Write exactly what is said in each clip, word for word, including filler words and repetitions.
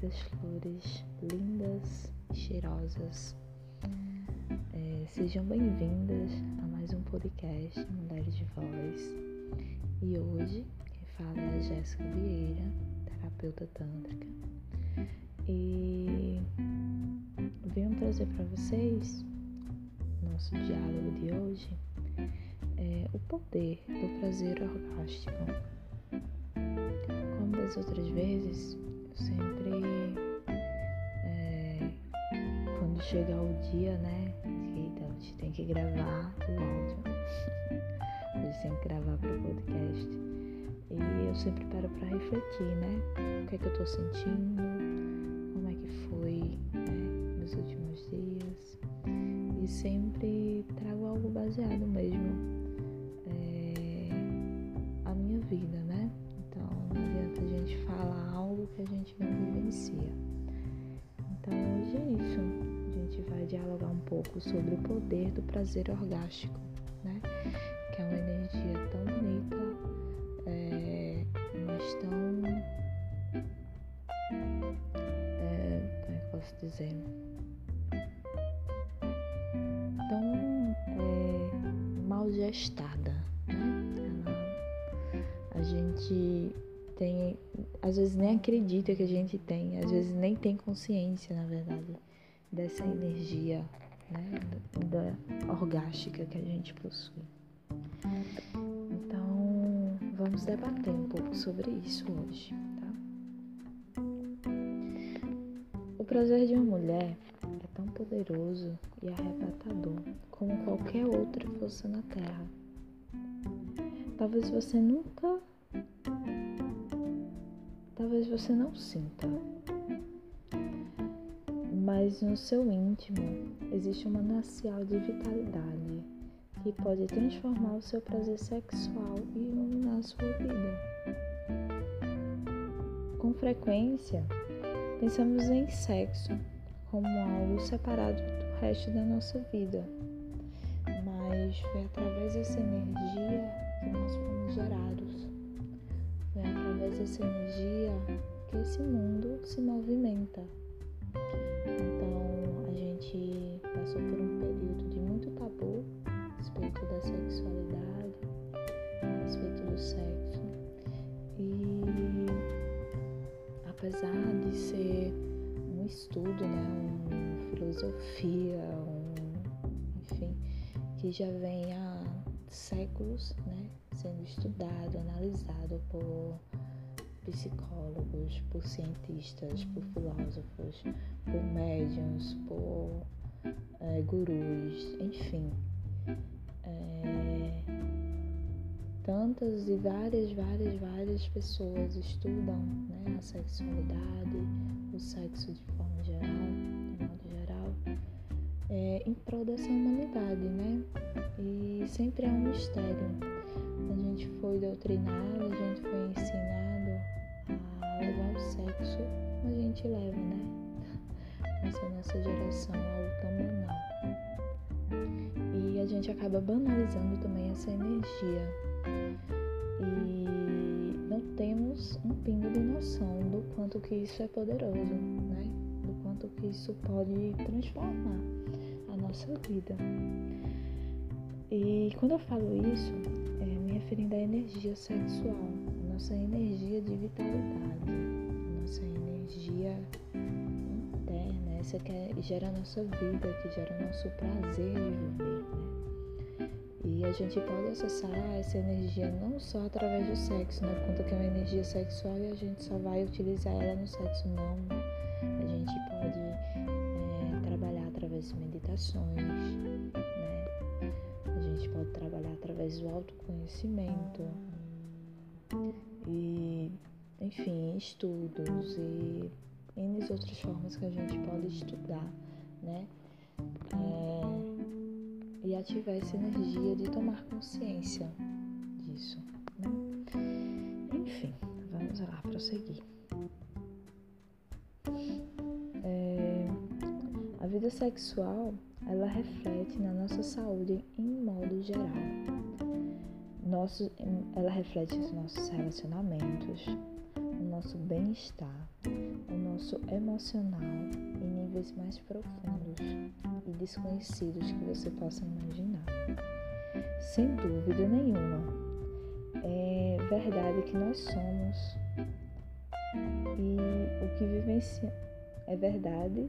muitas flores lindas e cheirosas. É, sejam bem-vindas a mais um podcast Mulheres de Voz. E hoje quem fala é a Jéssica Vieira, terapeuta tântrica. E venho trazer para vocês, nosso diálogo de hoje, é o poder do prazer orgástico. Como das outras vezes, eu sempre, é, quando chegar o dia, né, de que então, a gente tem que gravar o áudio, a gente tem que gravar para o podcast, e eu sempre paro para refletir, né, o que é que eu tô sentindo, como é que foi, né, nos últimos dias, e sempre trago algo baseado mesmo, é, a minha vida, né. Então, não adianta a gente falar algo que a gente não vivencia. Então, hoje é isso. A gente vai dialogar um pouco sobre o poder do prazer orgástico, né? Que é uma energia tão bonita, é, mas tão... É, como é que eu posso dizer? Tão é, mal gestada, né? Ela... A gente tem, às vezes nem acredita que a gente tem, às vezes nem tem consciência, na verdade, dessa energia, né, da, da orgástica que a gente possui. Então, vamos debater um pouco sobre isso hoje, tá? O prazer de uma mulher é tão poderoso e arrebatador como qualquer outra força na Terra. Talvez você nunca, talvez você não sinta, mas no seu íntimo existe um manancial de vitalidade que pode transformar o seu prazer sexual e iluminar a sua vida. Com frequência, pensamos em sexo como algo separado do resto da nossa vida, mas foi através dessa energia que nós fomos gerados. Foi através dessa energia que esse mundo se movimenta. Então, a gente passou por um período de muito tabu a respeito da sexualidade, a respeito do sexo. E, apesar de ser um estudo, né, uma filosofia, um, enfim, que já vem há séculos, né, sendo estudado, analisado por psicólogos, por cientistas, por filósofos, por médiuns, por é, gurus, enfim, é, tantas e várias, várias, várias pessoas estudam, né, a sexualidade, o sexo de forma geral, de modo geral, é, em prol dessa humanidade, né? E sempre é um mistério. A gente foi doutrinado, a gente foi ensinado a levar o sexo, a gente leva, né? Essa nossa geração, algo tão banal. E a gente acaba banalizando também essa energia. E não temos um pingo de noção do quanto que isso é poderoso, né? Do quanto que isso pode transformar a nossa vida. E quando eu falo isso, é me referindo à energia sexual, a nossa energia de vitalidade, a nossa energia interna, essa que gera a nossa vida, que gera o nosso prazer de viver, né? E a gente pode acessar essa energia não só através do sexo, né? Por conta que é uma energia sexual e a gente só vai utilizar ela no sexo, não. A gente pode é, trabalhar através de meditações, né? A gente pode trabalhar através do autoconhecimento e, enfim, estudos e N outras formas que a gente pode estudar, né? É, e ativar essa energia de tomar consciência disso, né? Enfim, vamos lá, prosseguir. É, a vida sexual, ela reflete na nossa saúde em modo geral. Nosso, ela reflete os nossos relacionamentos, o nosso bem-estar, o nosso emocional em níveis mais profundos e desconhecidos que você possa imaginar. Sem dúvida nenhuma, é verdade que nós somos e o que vivenciamos é verdade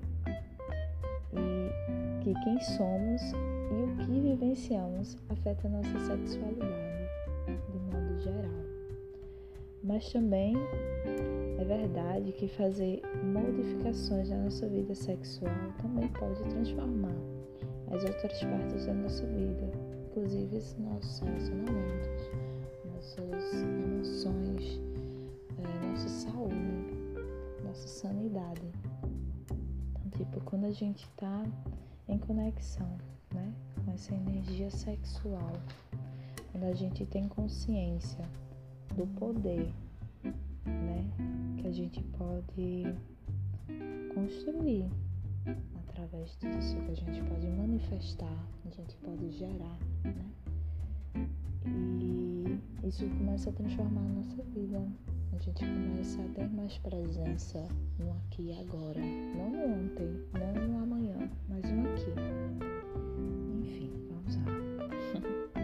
e que quem somos e o que vivenciamos afeta a nossa sexualidade de modo geral. Mas também é verdade que fazer modificações na nossa vida sexual também pode transformar as outras partes da nossa vida, inclusive os nossos relacionamentos, nossas emoções, é, nossa saúde, nossa sanidade. Então, tipo, quando a gente está em conexão, né, com essa energia sexual, quando a gente tem consciência do poder, né, que a gente pode construir através disso, que a gente pode manifestar, a gente pode gerar, né? E isso começa a transformar a nossa vida. A gente começa a ter mais presença no aqui e agora, não no ontem, não no amanhã, mas no aqui. Enfim, vamos lá.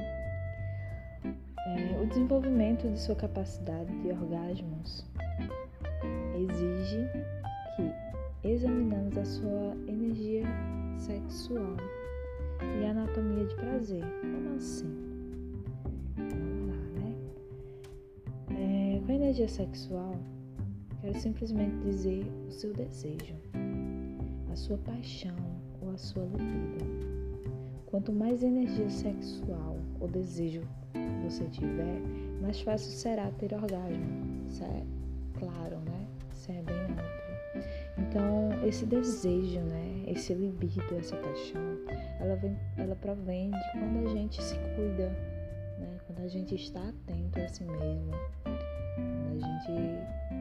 É, o desenvolvimento de sua capacidade de orgasmos exige que examinamos a sua energia sexual e a anatomia de prazer. Como assim? Vamos lá, né? É, com a energia sexual, quero simplesmente dizer o seu desejo, a sua paixão ou a sua libido. Quanto mais energia sexual ou desejo você tiver, mais fácil será ter orgasmo. Isso é claro, né? Isso é bem óbvio. Então, esse desejo, né? Esse libido, essa paixão, ela, vem, ela provém de quando a gente se cuida, né? Quando a gente está atento a si mesmo, quando a gente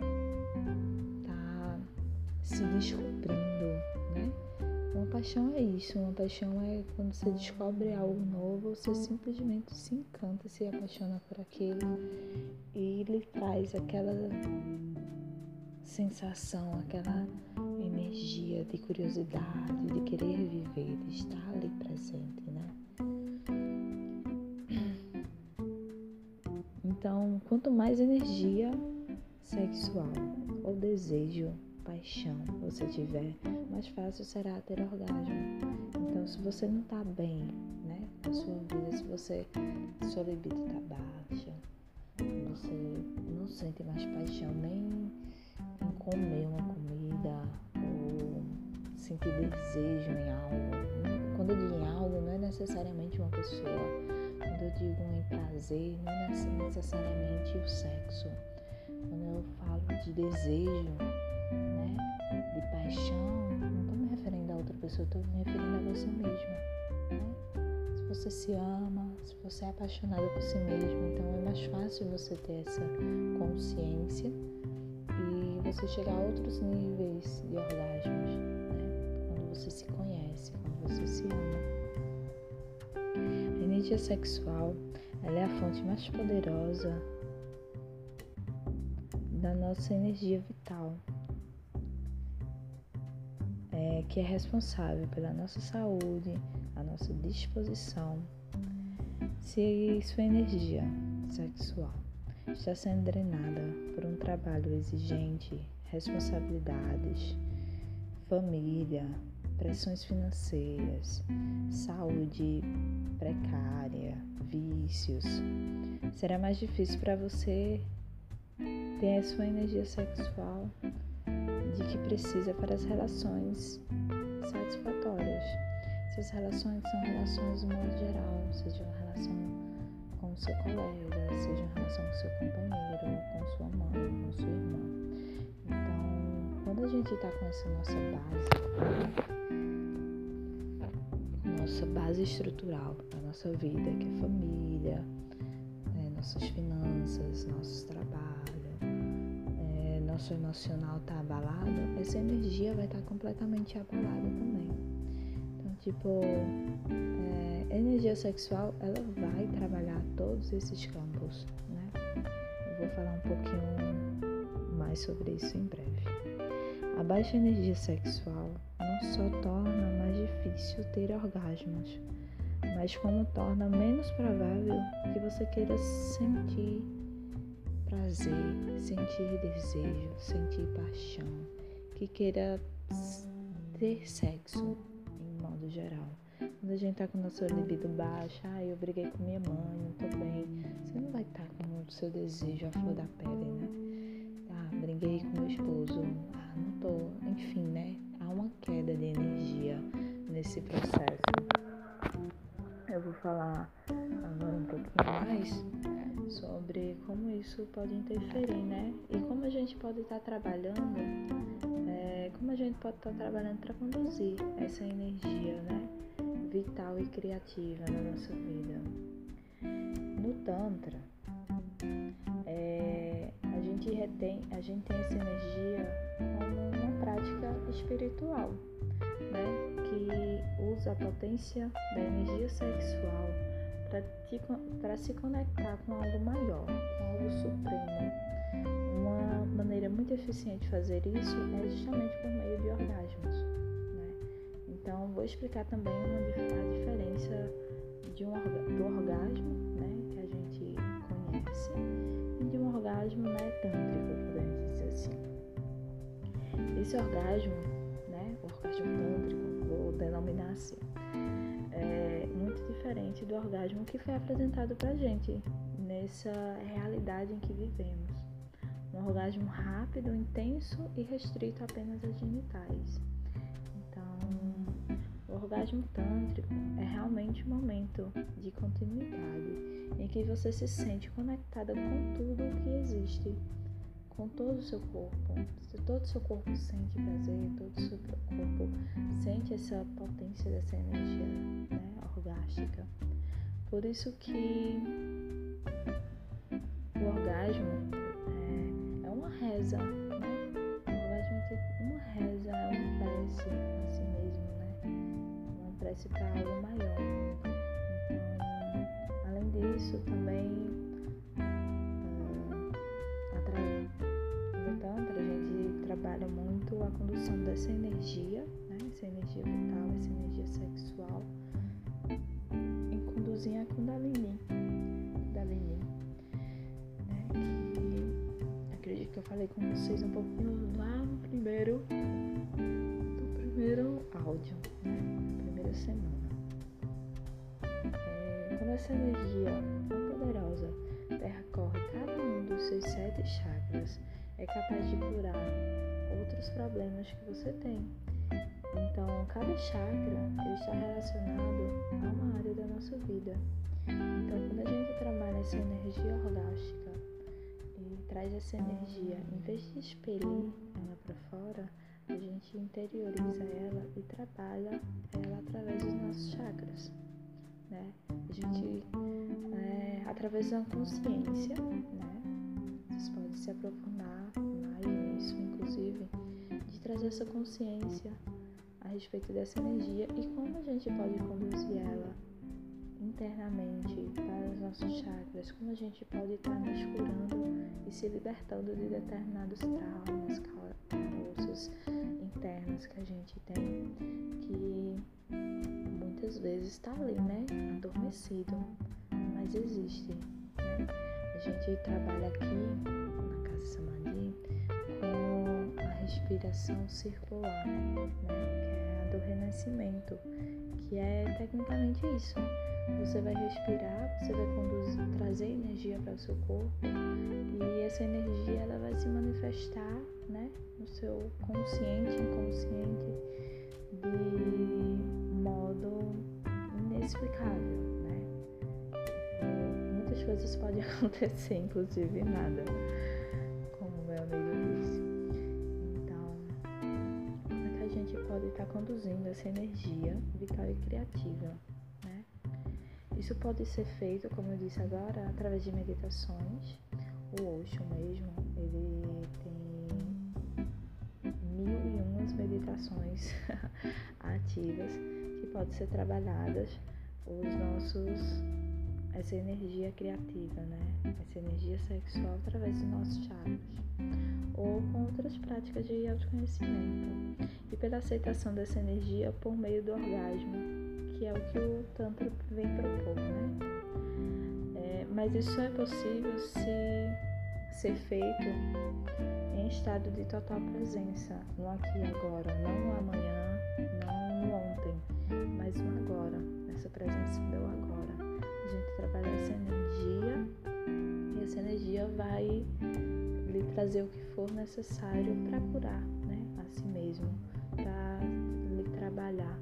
está se descobrindo, né? Uma paixão é isso, uma paixão é quando você descobre algo novo, você simplesmente se encanta, se apaixona por aquilo e lhe traz aquela sensação, aquela energia de curiosidade, de querer viver, de estar ali presente, né? Então, quanto mais energia sexual ou desejo, paixão você tiver, mais fácil será ter orgasmo. Então, se você não tá bem, né, na sua vida, se você, sua libido tá baixa, você não sente mais paixão nem em comer uma comida ou sentir desejo em algo. Quando eu digo em algo, não é necessariamente uma pessoa. Quando eu digo em prazer, não é necessariamente o sexo. Quando eu falo de desejo, né, de paixão, não estou me referindo a outra pessoa, estou me referindo a você mesma, né? Se você se ama, se você é apaixonada por si mesmo, então é mais fácil você ter essa consciência e você chegar a outros níveis de orgasmos, né? Quando você se conhece, quando você se ama. A energia sexual, ela é a fonte mais poderosa da nossa energia vital, é, que é responsável pela nossa saúde, a nossa disposição. Se sua energia sexual está sendo drenada por um trabalho exigente, responsabilidades, família, pressões financeiras, saúde precária, vícios, será mais difícil para você ter a sua energia sexual de que precisa para as relações satisfatórias. Essas relações são relações de modo geral, seja uma relação com o seu colega, seja uma relação com o seu companheiro, com sua mãe, com sua irmã. Então, quando a gente está com essa nossa base, nossa base estrutural da nossa vida, que é família, né, nossas finanças, nossos trabalhos, é, nosso emocional está abalado, essa energia vai estar tá completamente abalada também. Então, tipo, é, a energia sexual, ela vai trabalhar todos esses campos, né? Eu vou falar um pouquinho mais sobre isso em breve. A baixa energia sexual não só torna mais difícil ter orgasmos, mas como torna menos provável que você queira sentir prazer, sentir desejo, sentir paixão, que queira ter sexo em modo geral. Quando a gente tá com o nosso libido baixo, ah, eu briguei com minha mãe, não tô bem, você não vai estar com o seu desejo à flor da pele, né? Ah, briguei com meu esposo, ah, não tô, enfim, né? Há uma queda de energia nesse processo. Eu vou falar agora um pouquinho mais sobre como isso pode interferir, né? E como a gente pode estar trabalhando, é, como a gente pode estar trabalhando para conduzir essa energia, né? Vital e criativa na nossa vida. No Tantra, é, a gente retém, a gente tem essa energia como uma prática espiritual, né? Que usa a potência da energia sexual para se conectar com algo maior, com algo supremo. Uma maneira muito eficiente de fazer isso é justamente por meio de orgasmos, né? Então, vou explicar também uma, a diferença de um, do orgasmo, né, que a gente conhece, e de um orgasmo, né, tântrico, podemos dizer assim. Esse orgasmo, né, o orgasmo tântrico, vou denominar assim, é muito diferente do orgasmo que foi apresentado pra gente nessa realidade em que vivemos. Um orgasmo rápido, intenso e restrito apenas às genitais. Então, o orgasmo tântrico é realmente um momento de continuidade em que você se sente conectada com tudo o que existe, com todo o seu corpo. Todo o seu corpo sente prazer, todo o seu corpo sente essa potência dessa energia, né, orgástica. Por isso que o orgasmo é, é uma reza, né? O orgasmo é uma reza, é uma prece a si mesmo, né? Uma prece para algo maior. Então, além disso, também uh, através do Tantra a gente trabalha muito a condução dessa energia, né? Essa energia vital, essa energia sexual, em conduzir a Kundalini, Kundalini, né? Que acredito que eu falei com vocês um pouquinho lá no primeiro, do primeiro áudio, né? Na primeira semana. É, quando essa energia tão poderosa percorre cada um dos seus sete chakras, é capaz de curar outros problemas que você tem. Então, cada chakra ele está relacionado a uma área da nossa vida. Então, quando a gente trabalha essa energia orgástica e traz essa energia, em vez de expelir ela para fora, a gente interioriza ela e trabalha ela através dos nossos chakras, né? A gente, é, através da consciência, né? Vocês podem se aprofundar mais nisso, inclusive, de trazer essa consciência a respeito dessa energia e como a gente pode conduzir ela internamente para os nossos chakras, como a gente pode estar nos curando e se libertando de determinados traumas, caroços internos que a gente tem, que muitas vezes está ali, né, adormecido, mas existe, né? A gente trabalha aqui na Casa Samadhi com a respiração circular, né, que é a do renascimento, que é tecnicamente isso. Você vai respirar, você vai conduzir, trazer energia para o seu corpo e essa energia ela vai se manifestar, né, no seu consciente, inconsciente, de modo inexplicável, né? Muitas coisas podem acontecer, inclusive nada, como o Leonardo disse. Então, como é que a gente pode estar conduzindo essa energia vital e criativa? Isso pode ser feito, como eu disse agora, através de meditações. O Osho mesmo, ele tem mil e umas meditações ativas que podem ser trabalhadas os nossos essa energia criativa, né? Essa energia sexual através dos nossos chakras, ou com outras práticas de autoconhecimento, e pela aceitação dessa energia por meio do orgasmo, que é o que o Tantra vem propor, né? É, mas isso só é possível se ser feito em estado de total presença, no aqui e agora, não no amanhã, não no ontem, mas no agora, nessa presença do agora. A gente trabalha essa energia e essa energia vai lhe trazer o que for necessário para curar, né, a si mesmo, para lhe trabalhar.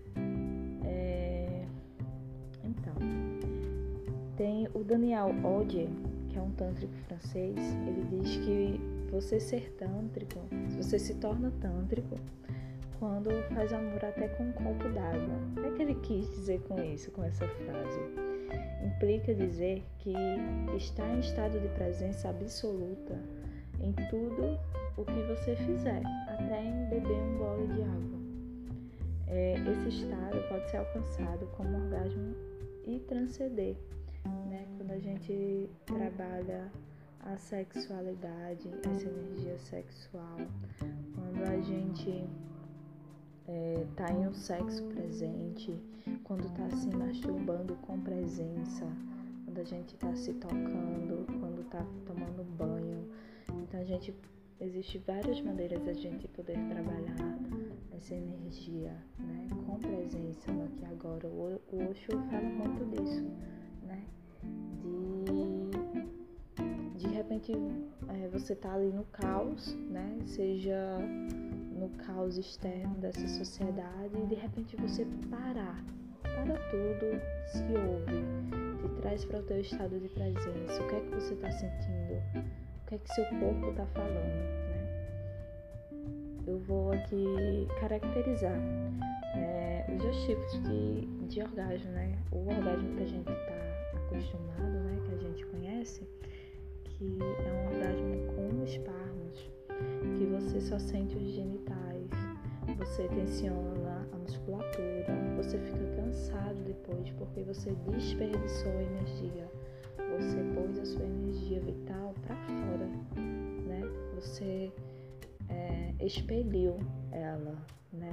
É... Então, tem o Daniel Odier, que é um tântrico francês. Ele diz que você ser tântrico, você se torna tântrico quando faz amor até com um copo d'água. O que é que ele quis dizer com isso, com essa frase? Implica dizer que está em estado de presença absoluta em tudo o que você fizer, até em beber um gole de água. É, esse estado pode ser alcançado como orgasmo e transcender, né? Quando a gente trabalha a sexualidade, essa energia sexual, quando a gente está é, em um sexo presente, quando está se masturbando com presença, quando a gente está se tocando, quando está tomando banho. Então a gente, existe várias maneiras da gente poder trabalhar essa energia, né, com presença no aqui e agora. O, o Osho fala muito disso, né, de de repente é, você tá ali no caos, né, seja no caos externo dessa sociedade, e de repente você parar, para tudo, se ouve, te traz para o teu estado de presença. O que é que você está sentindo? O que é que seu corpo está falando, né? Eu vou aqui caracterizar é, os dois tipos de, de orgasmo, né? O orgasmo que a gente está acostumado, né, que a gente conhece, que é um orgasmo com espasmos, que você só sente os genitais, você tensiona a musculatura, você fica cansado depois porque você desperdiçou a energia, você pôs a sua energia vital para fora, né? Você é, expeliu ela, né?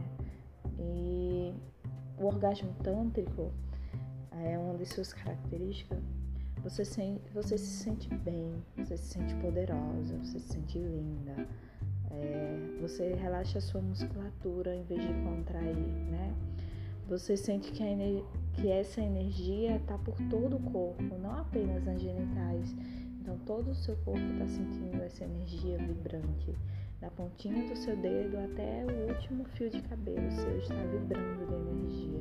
E o orgasmo tântrico é uma de suas características. Você, se, você se sente bem, você se sente poderosa, você se sente linda, é, você relaxa a sua musculatura em vez de contrair, né? Você sente que, a ener- que essa energia está por todo o corpo, não apenas nas genitais. Então todo o seu corpo está sentindo essa energia vibrante. Da pontinha do seu dedo até o último fio de cabelo seu está vibrando de energia.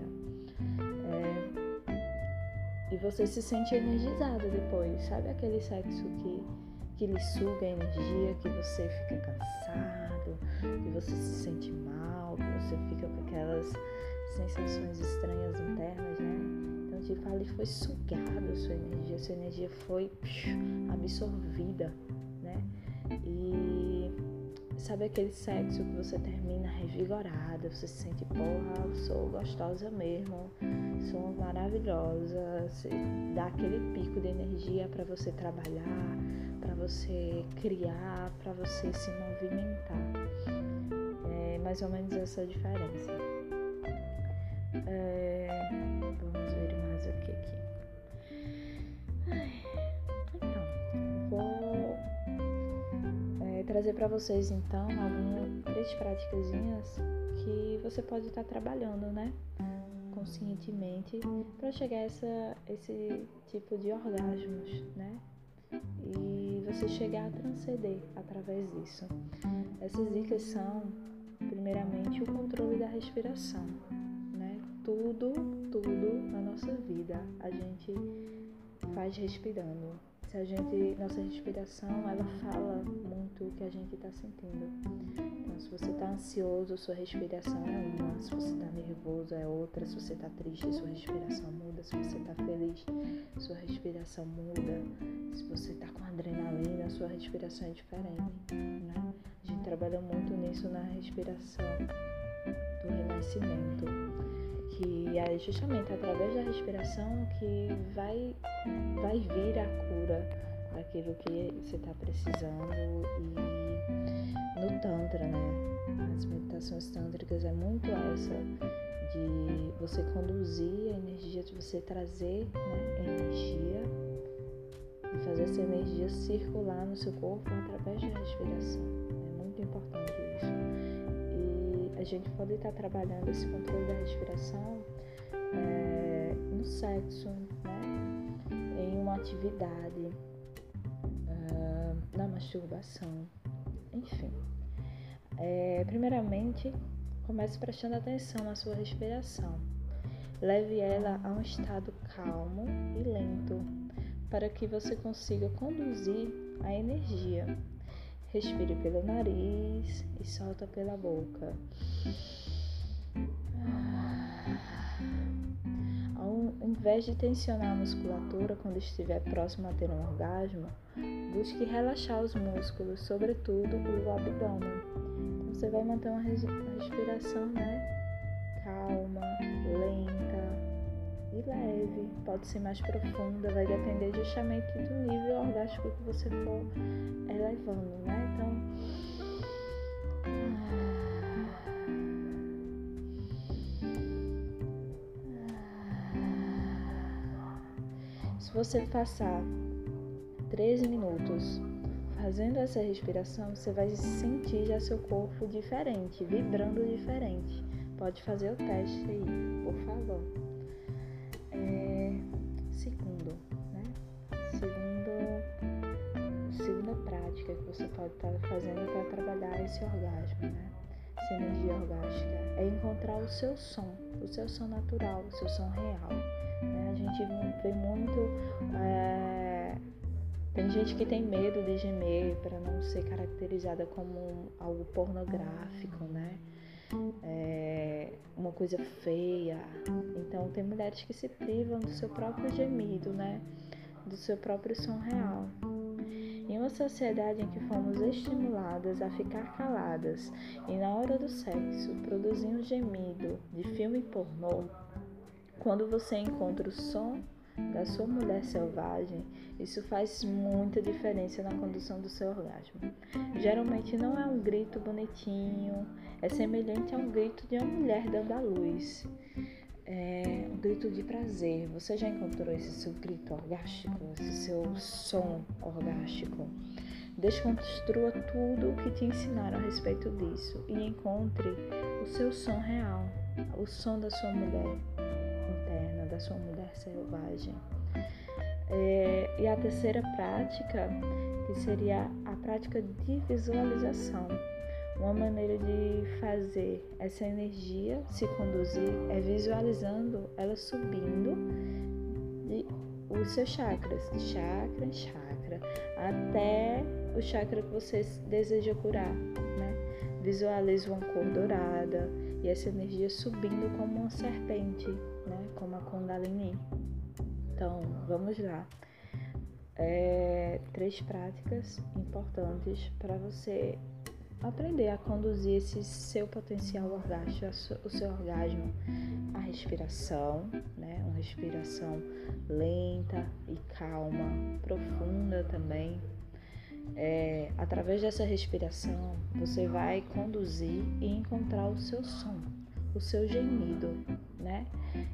É, E você se sente energizado depois, sabe aquele sexo que, que lhe suga a energia, que você fica cansado, que você se sente mal, que você fica com aquelas sensações estranhas internas, né? Então, tipo, ali foi sugada a sua energia, a sua energia foi psh, absorvida, né? E sabe aquele sexo que você termina revigorada, você se sente, porra, eu sou gostosa mesmo, sou maravilhosa, dá aquele pico de energia para você trabalhar, para você criar, para você se movimentar. É mais ou menos essa a diferença. É, vamos ver mais o que aqui. Então, vou é, trazer para vocês então algumas três práticazinhas que você pode estar trabalhando, né, conscientemente, para chegar a essa, esse tipo de orgasmos, né? E você chegar a transcender através disso. Essas dicas são, primeiramente, o controle da respiração, né? Tudo, tudo na nossa vida a gente faz respirando. Se a gente, nossa respiração, ela fala muito o que a gente está sentindo. Então, se você está ansioso, sua respiração é uma. Se você está nervoso, é outra. Se você está triste, sua respiração muda. Se você está feliz, sua respiração muda. Se você está com adrenalina, sua respiração é diferente, né? A gente trabalha muito nisso na respiração do renascimento. que é justamente através da respiração que vai, vai vir a cura daquilo que você está precisando. E no Tantra, né, as meditações tântricas é muito essa, de você conduzir a energia, de você trazer, né, energia, e fazer essa energia circular no seu corpo através da respiração. É muito importante isso. E a gente pode estar trabalhando esse controle da respiração é, no sexo, né, em uma atividade, é, na masturbação, enfim. É, primeiramente, comece prestando atenção na sua respiração. Leve ela a um estado calmo e lento, para que você consiga conduzir a energia. Respire pelo nariz e solta pela boca. Ao invés de tensionar a musculatura quando estiver próximo a ter um orgasmo, busque relaxar os músculos, sobretudo o abdômen. Então, você vai manter uma respiração, né, calma, lenta e leve. Pode ser mais profunda, vai depender justamente do nível orgástico que você for elevando, né? Então, se você passar treze minutos fazendo essa respiração, você vai sentir já seu corpo diferente, vibrando diferente. Pode fazer o teste aí, por favor. É, segundo, né? Segundo, segunda prática que você pode estar fazendo para trabalhar esse orgasmo, né? Essa energia orgástica é encontrar o seu som, o seu som natural, o seu som real, né? A gente vê muito, é, tem gente que tem medo de gemer para não ser caracterizada como algo pornográfico, né? É uma coisa feia. Então tem mulheres que se privam do seu próprio gemido, né? Do seu próprio som real. Em uma sociedade em que fomos estimuladas a ficar caladas e na hora do sexo produzir um gemido de filme pornô, quando você encontra o som da sua mulher selvagem, isso faz muita diferença na condução do seu orgasmo. Geralmente não é um grito bonitinho, é semelhante a um grito de uma mulher dando à luz. É um grito de prazer. Você já encontrou esse seu grito orgástico, esse seu som orgástico? Desconstrua tudo o que te ensinaram a respeito disso e encontre o seu som real, o som da sua mulher interna, da sua mulher selvagem. É, e a terceira prática, que seria a prática de visualização. Uma maneira de fazer essa energia se conduzir é visualizando ela subindo de os seus chakras, de chakra em chakra, até o chakra que você deseja curar, né? Visualize uma cor dourada e essa energia subindo como uma serpente, né? Como a Kundalini. Então, vamos lá. É, três práticas importantes para você aprender a conduzir esse seu potencial orgástico, o seu orgasmo. A respiração, né? Uma respiração lenta e calma, profunda também. É, através dessa respiração, você vai conduzir e encontrar o seu som, o seu gemido, né?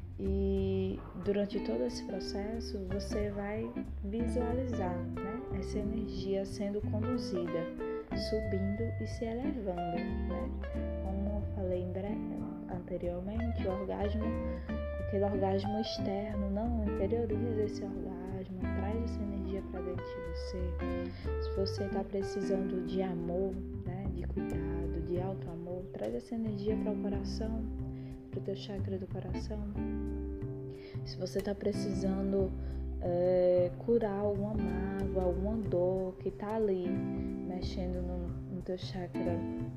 E durante todo esse processo, você vai visualizar, né, essa energia sendo conduzida, subindo e se elevando, né? Como eu falei anteriormente, o orgasmo, aquele orgasmo externo, não interioriza esse orgasmo, traz essa energia para dentro de você. Se você está precisando de amor, né, de cuidado, de alto amor, traz essa energia para o coração, para o teu chakra do coração. Se você está precisando é, curar alguma mágoa, alguma dor que está ali mexendo no, no teu chakra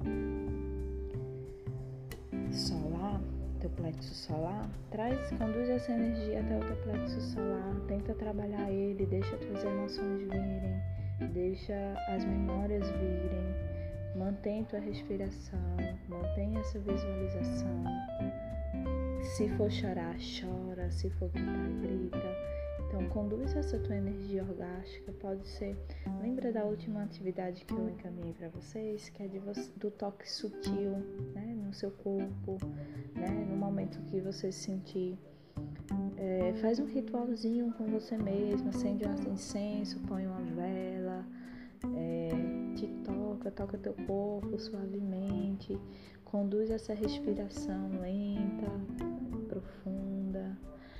solar, teu plexo solar, traz, conduz essa energia até o teu plexo solar, tenta trabalhar ele, deixa tuas emoções virem, deixa as memórias virem, mantém tua respiração, mantém essa visualização, Se for chorar, chora. Se for gritar, grita. Então, conduz essa tua energia orgástica. Pode ser... Lembra da última atividade que eu encaminhei para vocês? Que é de você, do toque sutil, né? No seu corpo, né? No momento que você se sentir. É, faz um ritualzinho com você mesmo. Acende um incenso, põe uma vela. É, te toca, toca teu corpo suavemente. Conduz essa respiração lenta, profunda.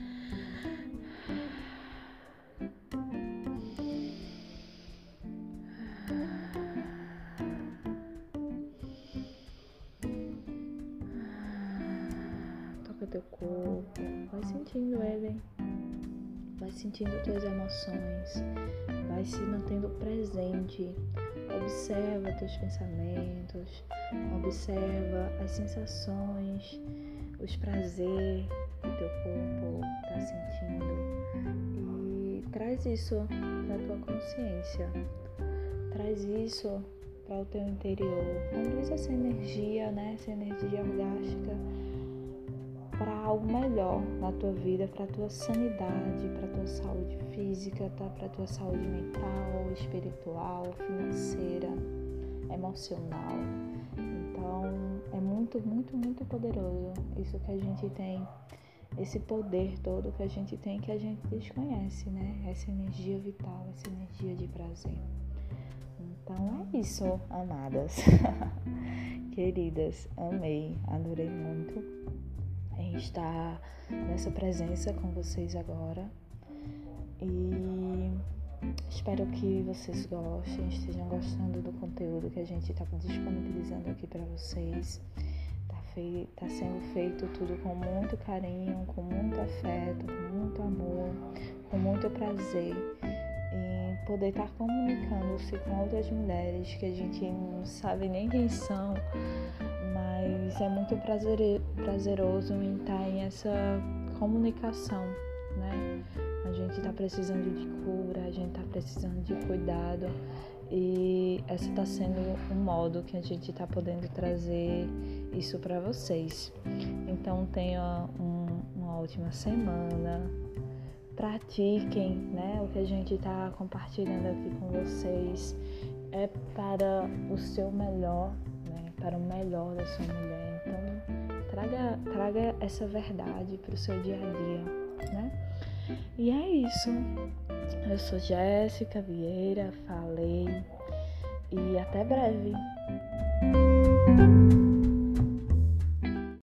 Toca teu corpo, vai sentindo ele, vai sentindo tuas emoções, vai se mantendo presente. Observa teus pensamentos, observa as sensações, os prazeres que teu corpo está sentindo e traz isso para a tua consciência, traz isso para o teu interior. Conduz essa energia, né, essa energia orgástica para algo melhor na tua vida, para a tua sanidade, para a tua saúde física, tá? Para a tua saúde mental, espiritual, financeira, emocional. Então, é muito, muito, muito poderoso isso que a gente tem, esse poder todo que a gente tem, que a gente desconhece, né? Essa energia vital, essa energia de prazer. Então, é isso, amadas. Queridas, amei, adorei muito em estar nessa presença com vocês agora e espero que vocês gostem, estejam gostando do conteúdo que a gente está disponibilizando aqui para vocês. Tá, fei- tá sendo feito tudo com muito carinho, com muito afeto, com muito amor, com muito prazer em poder estar comunicando-se com outras mulheres que a gente não sabe nem quem são, mas é muito prazer, prazeroso em estar em essa comunicação, né? A gente está precisando de cura, a gente está precisando de cuidado e esse está sendo um modo que a gente está podendo trazer isso para vocês. Então tenha um, uma ótima semana, pratiquem, né? O que a gente está compartilhando aqui com vocês é para o seu melhor, para o melhor da sua mulher. Então, traga, traga essa verdade para o seu dia a dia, né? E é isso. Eu sou Jéssica Vieira, falei e até breve.